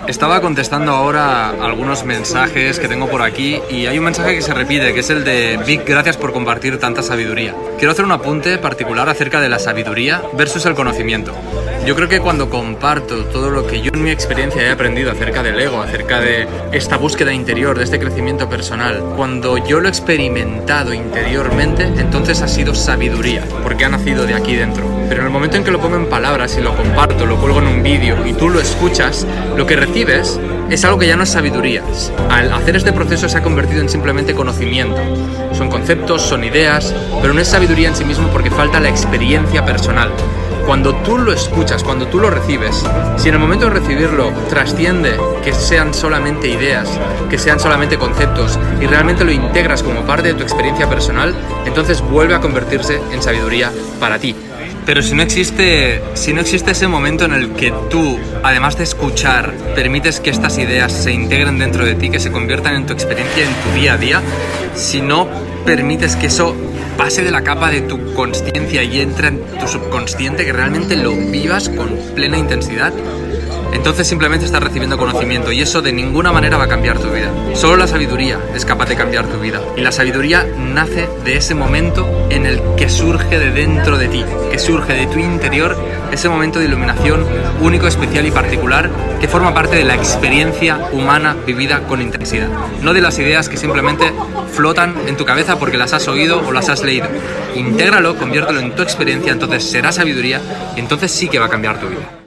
Estaba contestando ahora algunos mensajes que tengo por aquí y hay un mensaje que se repite, que es el de Vic, gracias por compartir tanta sabiduría. Quiero hacer un apunte particular acerca de la sabiduría versus el conocimiento. Yo creo que cuando comparto todo lo que yo en mi experiencia he aprendido acerca del ego, acerca de esta búsqueda interior, de este crecimiento personal, cuando yo lo he experimentado interiormente, entonces ha sido sabiduría, porque ha nacido de aquí dentro. Pero en el momento en que lo pongo en palabras y lo comparto, lo cuelgo en un vídeo y tú lo escuchas, lo que recibes es algo que ya no es sabiduría. Al hacer este proceso se ha convertido en simplemente conocimiento. Son conceptos, son ideas, pero no es sabiduría en sí mismo porque falta la experiencia personal. Cuando tú lo escuchas, cuando tú lo recibes, si en el momento de recibirlo trasciende que sean solamente ideas, que sean solamente conceptos y realmente lo integras como parte de tu experiencia personal, entonces vuelve a convertirse en sabiduría para ti. Pero si no existe ese momento en el que tú, además de escuchar, permites que estas ideas se integren dentro de ti, que se conviertan en tu experiencia, en tu día a día, si no permites que eso pase de la capa de tu consciencia y entre en tu subconsciente, que realmente lo vivas con plena intensidad, entonces simplemente estás recibiendo conocimiento y eso de ninguna manera va a cambiar tu vida. Solo la sabiduría es capaz de cambiar tu vida. Y la sabiduría nace de ese momento en el que surge de dentro de ti, que surge de tu interior, ese momento de iluminación único, especial y particular que forma parte de la experiencia humana vivida con intensidad. No de las ideas que simplemente flotan en tu cabeza porque las has oído o las has leído. Intégralo, conviértelo en tu experiencia, entonces será sabiduría y entonces sí que va a cambiar tu vida.